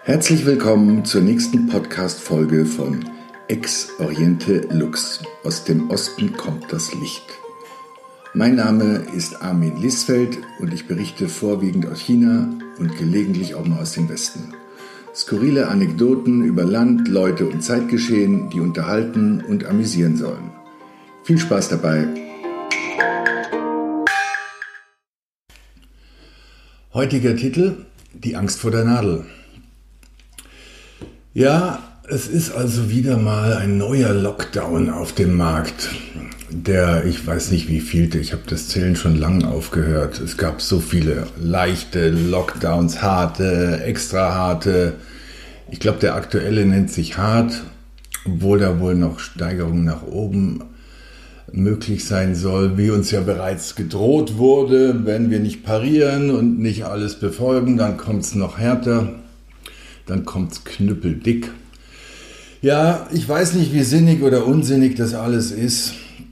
Herzlich willkommen zur nächsten Podcast-Folge von Ex Oriente Lux. Aus dem Osten kommt das Licht. Mein Name ist Armin Liesfeld und ich berichte vorwiegend aus China und gelegentlich auch mal aus dem Westen. Skurrile Anekdoten über Land, Leute und Zeitgeschehen, die unterhalten und amüsieren sollen. Viel Spaß dabei! Heutiger Titel: Die Angst vor der Nadel. Ja, es ist also wieder mal ein neuer Lockdown auf dem Markt. Ich weiß nicht wie vielte, ich habe das Zählen schon lange aufgehört. Es gab so viele leichte Lockdowns, harte, extra harte. Ich glaube, der aktuelle nennt sich hart, obwohl da wohl noch Steigerungen nach oben möglich sein soll, wie uns ja bereits gedroht wurde. Wenn wir nicht parieren und nicht alles befolgen, dann kommt es noch härter. Dann kommt's knüppeldick. Ja, ich weiß nicht, wie sinnig oder unsinnig das alles ist.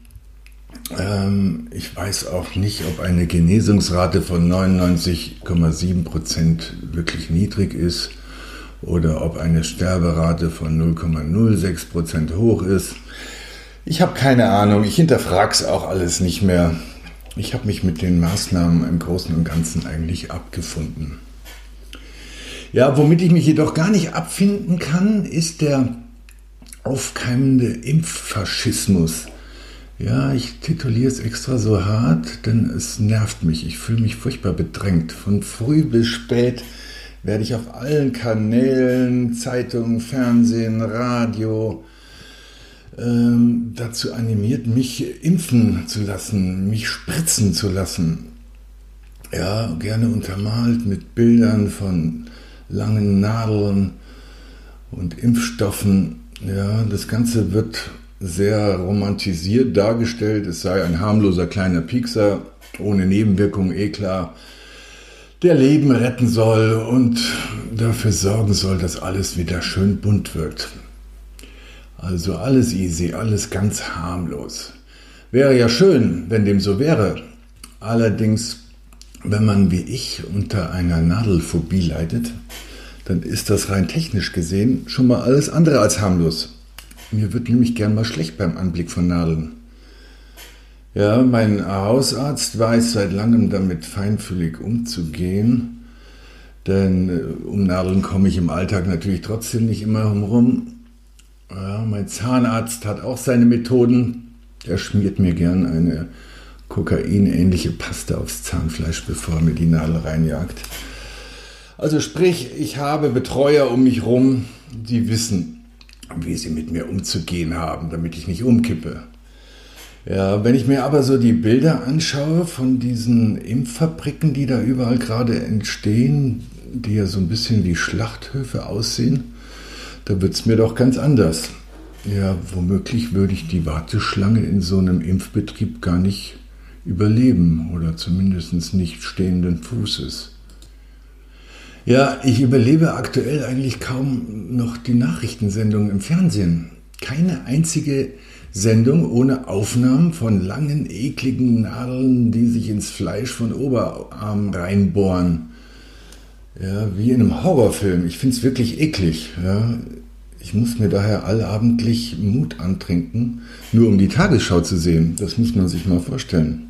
Ich weiß auch nicht, ob eine Genesungsrate von 99,7% wirklich niedrig ist oder ob eine Sterberate von 0,06% hoch ist. Ich habe keine Ahnung, ich hinterfrage es auch alles nicht mehr. Ich habe mich mit den Maßnahmen im Großen und Ganzen eigentlich abgefunden. Ja, womit ich mich jedoch gar nicht abfinden kann, ist der aufkeimende Impffaschismus. Ja, ich tituliere es extra so hart, denn es nervt mich. Ich fühle mich furchtbar bedrängt. Von früh bis spät werde ich auf allen Kanälen, Zeitungen, Fernsehen, Radio dazu animiert, mich impfen zu lassen, mich spritzen zu lassen. Ja, gerne untermalt mit Bildern von langen Nadeln und Impfstoffen. Ja, das Ganze wird sehr romantisiert dargestellt. Es sei ein harmloser kleiner Piekser, ohne Nebenwirkungen, klar, der Leben retten soll und dafür sorgen soll, dass alles wieder schön bunt wird. Also alles easy, alles ganz harmlos. Wäre ja schön, wenn dem so wäre. Allerdings, wenn man wie ich unter einer Nadelphobie leidet, dann ist das rein technisch gesehen schon mal alles andere als harmlos. Mir wird nämlich gern mal schlecht beim Anblick von Nadeln. Ja, mein Hausarzt weiß seit langem damit feinfühlig umzugehen, denn um Nadeln komme ich im Alltag natürlich trotzdem nicht immer herum. Ja, mein Zahnarzt hat auch seine Methoden. Er schmiert mir gern eine kokainähnliche Paste aufs Zahnfleisch, bevor er mir die Nadel reinjagt. Also sprich, ich habe Betreuer um mich rum, die wissen, wie sie mit mir umzugehen haben, damit ich nicht umkippe. Ja, wenn ich mir aber so die Bilder anschaue von diesen Impffabriken, die da überall gerade entstehen, die ja so ein bisschen wie Schlachthöfe aussehen, da wird es mir doch ganz anders. Ja, womöglich würde ich die Warteschlange in so einem Impfbetrieb gar nicht überleben oder zumindest nicht stehenden Fußes. Ja, ich überlebe aktuell eigentlich kaum noch die Nachrichtensendungen im Fernsehen. Keine einzige Sendung ohne Aufnahmen von langen, ekligen Nadeln, die sich ins Fleisch von Oberarm reinbohren. Ja, wie in einem Horrorfilm. Ich finde es wirklich eklig. Ja. Ich muss mir daher allabendlich Mut antrinken, nur um die Tagesschau zu sehen. Das muss man sich mal vorstellen.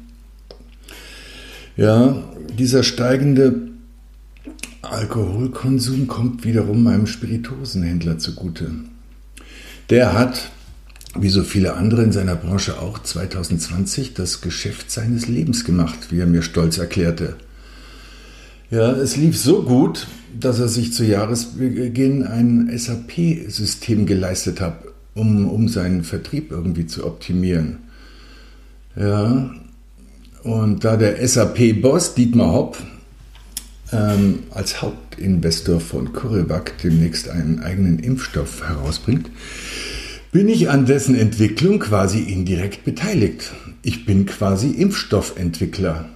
Ja, dieser steigende Alkoholkonsum kommt wiederum meinem Spirituosenhändler zugute. Der hat, wie so viele andere in seiner Branche auch, 2020 das Geschäft seines Lebens gemacht, wie er mir stolz erklärte. Ja, es lief so gut, dass er sich zu Jahresbeginn ein SAP-System geleistet hat, um seinen Vertrieb irgendwie zu optimieren. Ja, und da der SAP-Boss Dietmar Hopp als Hauptinvestor von CureVac demnächst einen eigenen Impfstoff herausbringt, bin ich an dessen Entwicklung quasi indirekt beteiligt. Ich bin quasi Impfstoffentwickler.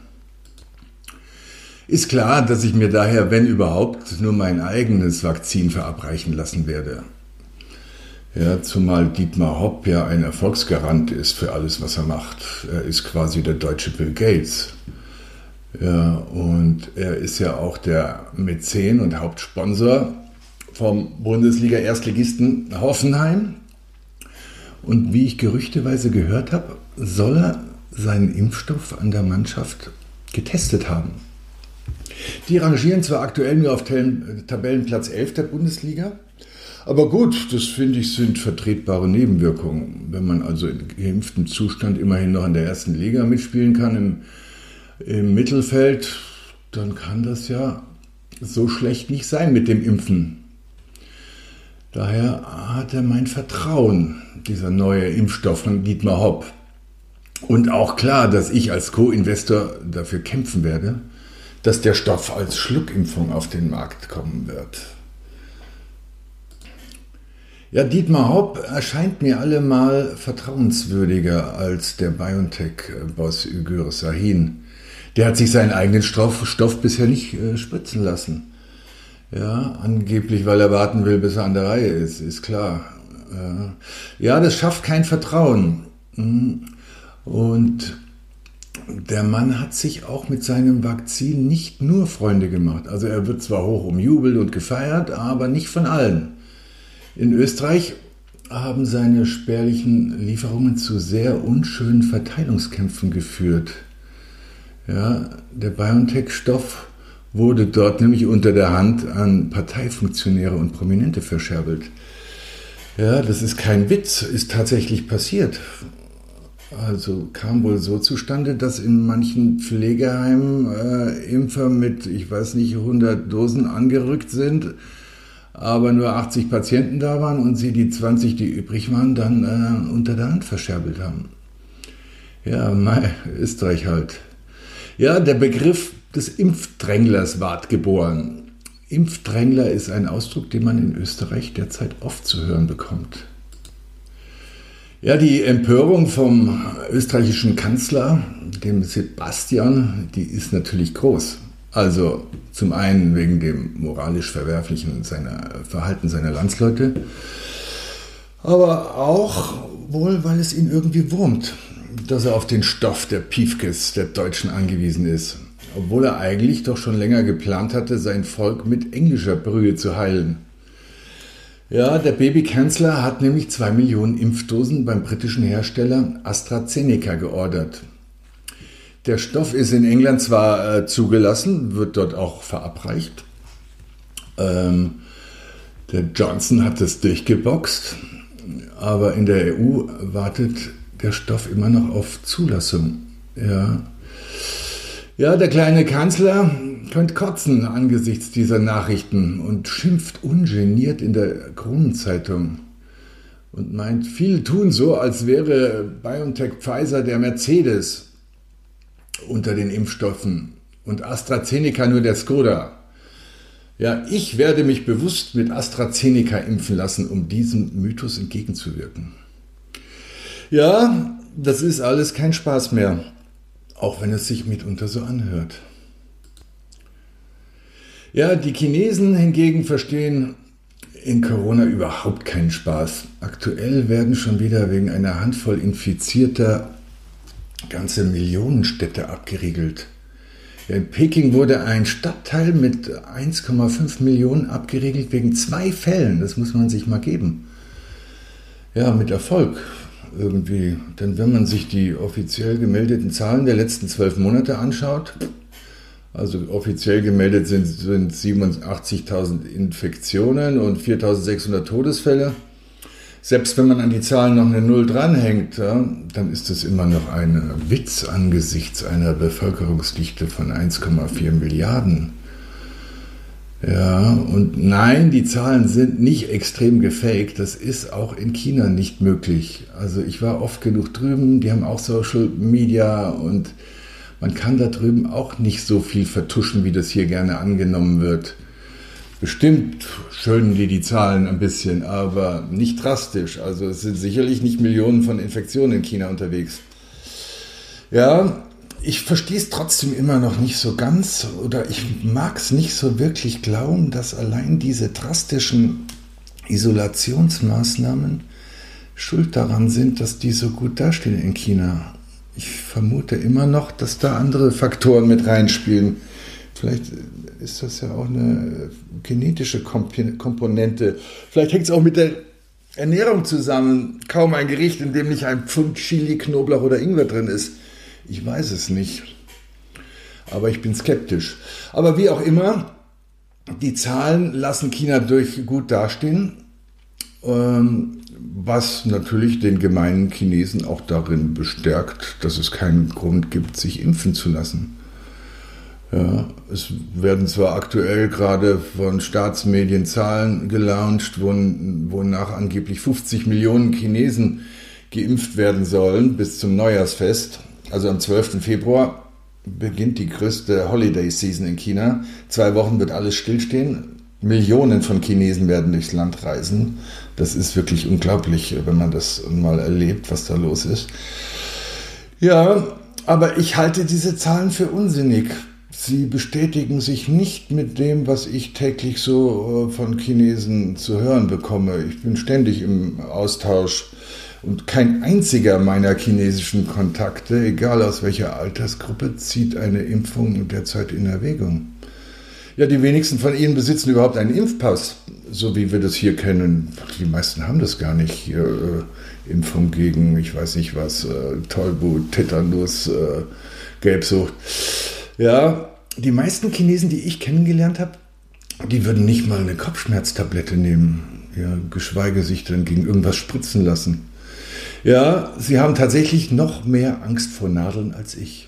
Ist klar, dass ich mir daher, wenn überhaupt, nur mein eigenes Vakzin verabreichen lassen werde. Ja, zumal Dietmar Hopp ja ein Erfolgsgarant ist für alles, was er macht. Er ist quasi der deutsche Bill Gates. Ja, und er ist ja auch der Mäzen und Hauptsponsor vom Bundesliga-Erstligisten Hoffenheim. Und wie ich gerüchteweise gehört habe, soll er seinen Impfstoff an der Mannschaft getestet haben. Die rangieren zwar aktuell nur auf Tabellenplatz 11 der Bundesliga, aber gut, das finde ich sind vertretbare Nebenwirkungen. Wenn man also in geimpftem Zustand immerhin noch in der ersten Liga mitspielen kann, im Mittelfeld, dann kann das ja so schlecht nicht sein mit dem Impfen. Daher hat er mein Vertrauen, dieser neue Impfstoff von Dietmar Hopp. Und auch klar, dass ich als Co-Investor dafür kämpfen werde, dass der Stoff als Schluckimpfung auf den Markt kommen wird. Ja, Dietmar Hopp erscheint mir allemal vertrauenswürdiger als der BioNTech-Boss Ugur Sahin. Der hat sich seinen eigenen Stoff bisher nicht spritzen lassen. Ja, angeblich, weil er warten will, bis er an der Reihe ist klar. Ja, das schafft kein Vertrauen. Und der Mann hat sich auch mit seinem Vakzin nicht nur Freunde gemacht. Also er wird zwar hoch umjubelt und gefeiert, aber nicht von allen. In Österreich haben seine spärlichen Lieferungen zu sehr unschönen Verteilungskämpfen geführt. Ja, der BioNTech-Stoff wurde dort nämlich unter der Hand an Parteifunktionäre und Prominente verscherbelt. Ja, das ist kein Witz, ist tatsächlich passiert. Also kam wohl so zustande, dass in manchen Pflegeheimen Impfer mit, ich weiß nicht, 100 Dosen angerückt sind, aber nur 80 Patienten da waren und sie die 20, die übrig waren, dann unter der Hand verscherbelt haben. Ja, Österreich halt. Ja, der Begriff des Impfdränglers ward geboren. Impfdrängler ist ein Ausdruck, den man in Österreich derzeit oft zu hören bekommt. Ja, die Empörung vom österreichischen Kanzler, dem Sebastian, die ist natürlich groß. Also zum einen wegen dem moralisch verwerflichen Verhalten seiner Landsleute, aber auch wohl, weil es ihn irgendwie wurmt, dass er auf den Stoff der Piefkes der Deutschen angewiesen ist, obwohl er eigentlich doch schon länger geplant hatte, sein Volk mit englischer Brühe zu heilen. Ja, der Babykanzler hat nämlich 2 Millionen Impfdosen beim britischen Hersteller AstraZeneca geordert. Der Stoff ist in England zwar zugelassen, wird dort auch verabreicht. Der Johnson hat es durchgeboxt, aber in der EU wartet der Stoff immer noch auf Zulassung. Ja, der kleine Kanzler könnte kotzen angesichts dieser Nachrichten und schimpft ungeniert in der Kronenzeitung und meint, viele tun so, als wäre BioNTech Pfizer der Mercedes unter den Impfstoffen und AstraZeneca nur der Skoda. Ja, ich werde mich bewusst mit AstraZeneca impfen lassen, um diesem Mythos entgegenzuwirken. Ja, das ist alles kein Spaß mehr, auch wenn es sich mitunter so anhört. Ja, die Chinesen hingegen verstehen in Corona überhaupt keinen Spaß. Aktuell werden schon wieder wegen einer Handvoll Infizierter ganze Millionenstädte abgeriegelt. Ja, in Peking wurde ein Stadtteil mit 1,5 Millionen abgeriegelt wegen 2 Fällen. Das muss man sich mal geben. Ja, mit Erfolg irgendwie. Denn wenn man sich die offiziell gemeldeten Zahlen der letzten 12 Monate anschaut, also offiziell gemeldet sind 87.000 Infektionen und 4.600 Todesfälle. Selbst wenn man an die Zahlen noch eine Null dranhängt, ja, dann ist es immer noch ein Witz angesichts einer Bevölkerungsdichte von 1,4 Milliarden. Ja, und nein, die Zahlen sind nicht extrem gefaked. Das ist auch in China nicht möglich. Also ich war oft genug drüben, die haben auch Social Media und man kann da drüben auch nicht so viel vertuschen, wie das hier gerne angenommen wird. Bestimmt schönen die Zahlen ein bisschen, aber nicht drastisch. Also es sind sicherlich nicht Millionen von Infektionen in China unterwegs. Ja, ich verstehe es trotzdem immer noch nicht so ganz oder ich mag es nicht so wirklich glauben, dass allein diese drastischen Isolationsmaßnahmen schuld daran sind, dass die so gut dastehen in China. Ich vermute immer noch, dass da andere Faktoren mit reinspielen. Vielleicht ist das ja auch eine genetische Komponente. Vielleicht hängt es auch mit der Ernährung zusammen. Kaum ein Gericht, in dem nicht ein Pfund Chili, Knoblauch oder Ingwer drin ist. Ich weiß es nicht. Aber ich bin skeptisch. Aber wie auch immer, die Zahlen lassen China durch gut dastehen, was natürlich den gemeinen Chinesen auch darin bestärkt, dass es keinen Grund gibt, sich impfen zu lassen. Ja, es werden zwar aktuell gerade von Staatsmedien Zahlen gelauncht, wonach angeblich 50 Millionen Chinesen geimpft werden sollen bis zum Neujahrsfest. Also am 12. Februar beginnt die größte Holiday-Season in China. 2 Wochen wird alles stillstehen. Millionen von Chinesen werden durchs Land reisen. Das ist wirklich unglaublich, wenn man das mal erlebt, was da los ist. Ja, aber ich halte diese Zahlen für unsinnig. Sie bestätigen sich nicht mit dem, was ich täglich so von Chinesen zu hören bekomme. Ich bin ständig im Austausch und kein einziger meiner chinesischen Kontakte, egal aus welcher Altersgruppe, zieht eine Impfung derzeit in Erwägung. Ja, die wenigsten von ihnen besitzen überhaupt einen Impfpass, so wie wir das hier kennen. Die meisten haben das gar nicht. Hier, Impfung gegen, ich weiß nicht was, Tollwut, Tetanus, Gelbsucht. Ja, die meisten Chinesen, die ich kennengelernt habe, die würden nicht mal eine Kopfschmerztablette nehmen, ja, geschweige sich dann gegen irgendwas spritzen lassen. Ja, sie haben tatsächlich noch mehr Angst vor Nadeln als ich.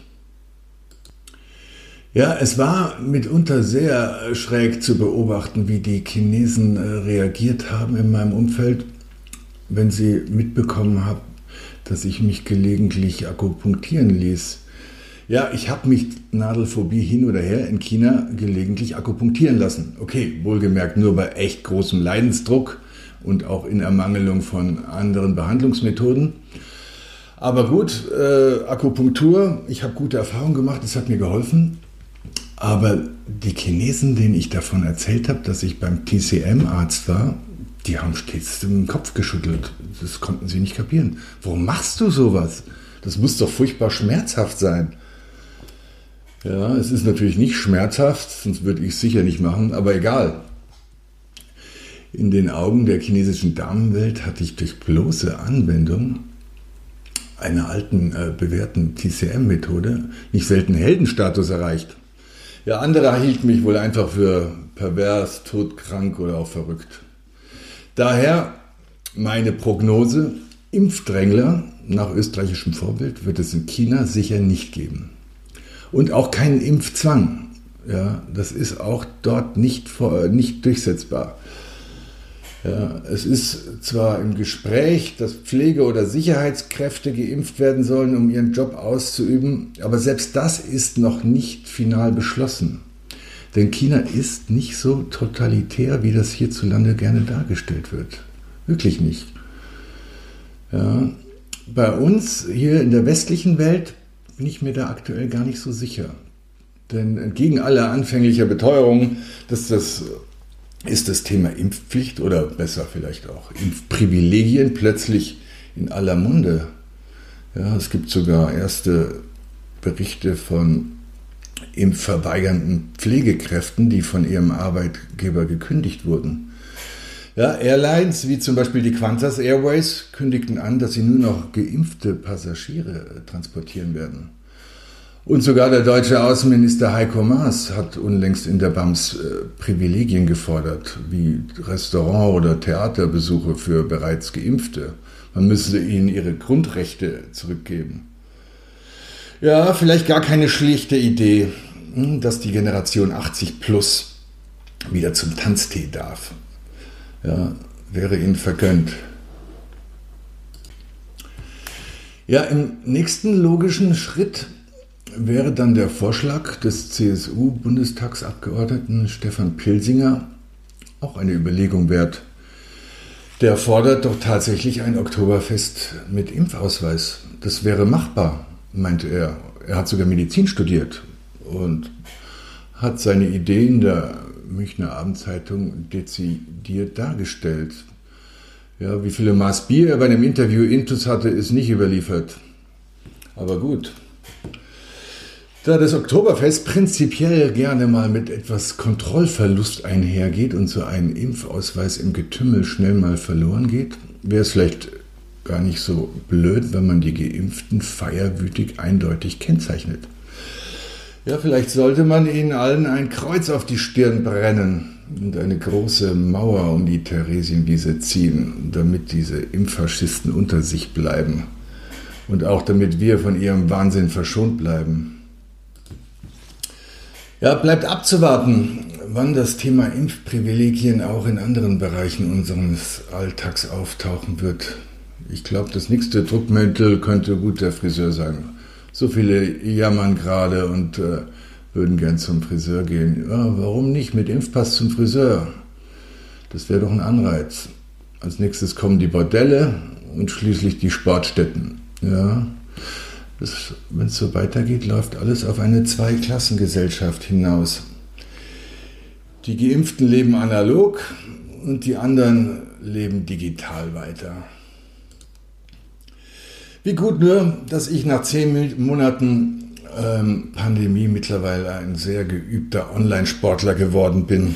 Ja, es war mitunter sehr schräg zu beobachten, wie die Chinesen reagiert haben in meinem Umfeld, wenn sie mitbekommen haben, dass ich mich gelegentlich akupunktieren ließ. Ja, ich habe mich Nadelphobie hin oder her in China gelegentlich akupunktieren lassen. Okay, wohlgemerkt nur bei echt großem Leidensdruck und auch in Ermangelung von anderen Behandlungsmethoden. Aber gut, Akupunktur, ich habe gute Erfahrungen gemacht, es hat mir geholfen. Aber die Chinesen, denen ich davon erzählt habe, dass ich beim TCM-Arzt war, die haben stets den Kopf geschüttelt. Das konnten sie nicht kapieren. Warum machst du sowas? Das muss doch furchtbar schmerzhaft sein. Ja, es ist natürlich nicht schmerzhaft, sonst würde ich es sicher nicht machen, aber egal. In den Augen der chinesischen Damenwelt hatte ich durch bloße Anwendung einer alten, bewährten TCM-Methode nicht selten Heldenstatus erreicht. Ja, andere hielten mich wohl einfach für pervers, todkrank oder auch verrückt. Daher meine Prognose, Impfdrängler nach österreichischem Vorbild wird es in China sicher nicht geben. Und auch keinen Impfzwang. Ja, das ist auch dort nicht durchsetzbar. Ja, es ist zwar im Gespräch, dass Pflege- oder Sicherheitskräfte geimpft werden sollen, um ihren Job auszuüben, aber selbst das ist noch nicht final beschlossen. Denn China ist nicht so totalitär, wie das hierzulande gerne dargestellt wird. Wirklich nicht. Ja, bei uns hier in der westlichen Welt bin ich mir da aktuell gar nicht so sicher. Denn entgegen aller anfänglicher Beteuerungen, dass das ist das Thema Impfpflicht oder besser vielleicht auch Impfprivilegien plötzlich in aller Munde. Ja, es gibt sogar erste Berichte von impfverweigernden Pflegekräften, die von ihrem Arbeitgeber gekündigt wurden. Ja, Airlines wie zum Beispiel die Qantas Airways kündigten an, dass sie nur noch geimpfte Passagiere transportieren werden. Und sogar der deutsche Außenminister Heiko Maas hat unlängst in der BAMS Privilegien gefordert, wie Restaurant- oder Theaterbesuche für bereits Geimpfte. Man müsse ihnen ihre Grundrechte zurückgeben. Ja, vielleicht gar keine schlechte Idee, dass die Generation 80 plus wieder zum Tanztee darf. Ja, wäre ihnen vergönnt. Ja, im nächsten logischen Schritt wäre dann der Vorschlag des CSU-Bundestagsabgeordneten Stefan Pilsinger auch eine Überlegung wert. Der fordert doch tatsächlich ein Oktoberfest mit Impfausweis. Das wäre machbar, meinte er. Er hat sogar Medizin studiert und hat seine Ideen der Münchner Abendzeitung dezidiert dargestellt. Ja, wie viele Maß Bier er bei einem Interview intus hatte, ist nicht überliefert. Aber gut. Da das Oktoberfest prinzipiell gerne mal mit etwas Kontrollverlust einhergeht und so ein Impfausweis im Getümmel schnell mal verloren geht, wäre es vielleicht gar nicht so blöd, wenn man die Geimpften feierwütig eindeutig kennzeichnet. Ja, vielleicht sollte man ihnen allen ein Kreuz auf die Stirn brennen und eine große Mauer um die Theresienwiese ziehen, damit diese Impffaschisten unter sich bleiben und auch damit wir von ihrem Wahnsinn verschont bleiben. Ja, bleibt abzuwarten, wann das Thema Impfprivilegien auch in anderen Bereichen unseres Alltags auftauchen wird. Ich glaube, das nächste Druckmittel könnte gut der Friseur sein. So viele jammern gerade und würden gern zum Friseur gehen. Ja, warum nicht mit Impfpass zum Friseur? Das wäre doch ein Anreiz. Als nächstes kommen die Bordelle und schließlich die Sportstätten. Ja, wenn es so weitergeht, läuft alles auf eine Zweiklassengesellschaft hinaus. Die Geimpften leben analog und die anderen leben digital weiter. Wie gut nur, dass ich nach 10 Monaten Pandemie mittlerweile ein sehr geübter Online-Sportler geworden bin.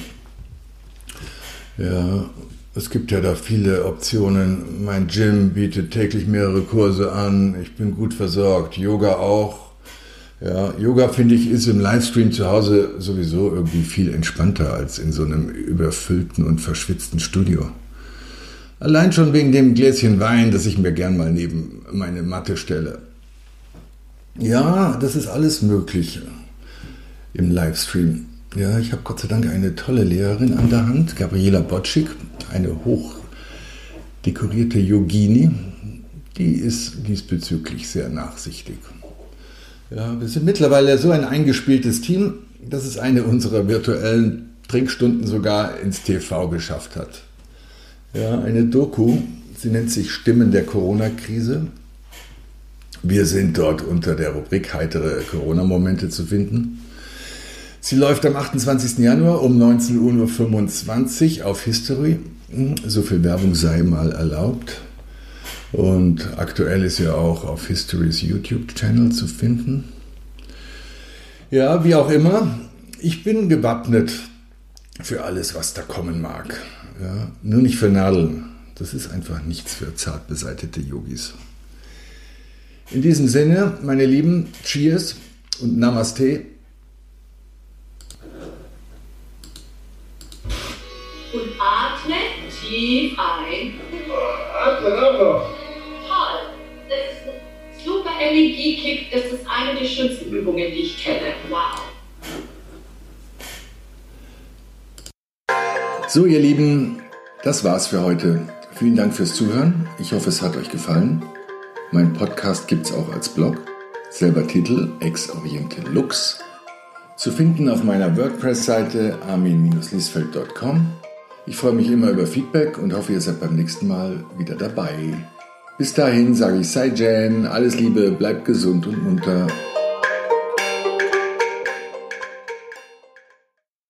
Ja, es gibt ja da viele Optionen. Mein Gym bietet täglich mehrere Kurse an. Ich bin gut versorgt. Yoga auch. Ja, Yoga, finde ich, ist im Livestream zu Hause sowieso irgendwie viel entspannter als in so einem überfüllten und verschwitzten Studio. Allein schon wegen dem Gläschen Wein, das ich mir gern mal neben meine Matte stelle. Ja, das ist alles möglich im Livestream. Ja, ich habe Gott sei Dank eine tolle Lehrerin an der Hand, Gabriela Botschik, eine hoch dekorierte Yogini. Die ist diesbezüglich sehr nachsichtig. Ja, wir sind mittlerweile so ein eingespieltes Team, dass es eine unserer virtuellen Trinkstunden sogar ins TV geschafft hat. Ja, eine Doku, sie nennt sich Stimmen der Corona-Krise. Wir sind dort unter der Rubrik heitere Corona-Momente zu finden. Sie läuft am 28. Januar um 19.25 Uhr auf History. So viel Werbung sei mal erlaubt. Und aktuell ist ja auch auf Historys YouTube-Channel zu finden. Ja, wie auch immer, ich bin gewappnet für alles, was da kommen mag. Ja, nur nicht für Nadeln. Das ist einfach nichts für zart beseitete Yogis. In diesem Sinne, meine Lieben, Cheers und Namaste. Und atme tief ein. Atme noch. Toll. Das ist ein super Energiekick. Das ist eine der schönsten Übungen, die ich kenne. Wow. So, ihr Lieben, das war's für heute. Vielen Dank fürs Zuhören. Ich hoffe, es hat euch gefallen. Mein Podcast gibt's auch als Blog. Selber Titel Ex Oriente Lux. Zu finden auf meiner WordPress-Seite armin-liesfeld.com. Ich freue mich immer über Feedback und hoffe, ihr seid beim nächsten Mal wieder dabei. Bis dahin sage ich Sai Jen, alles Liebe, bleibt gesund und munter.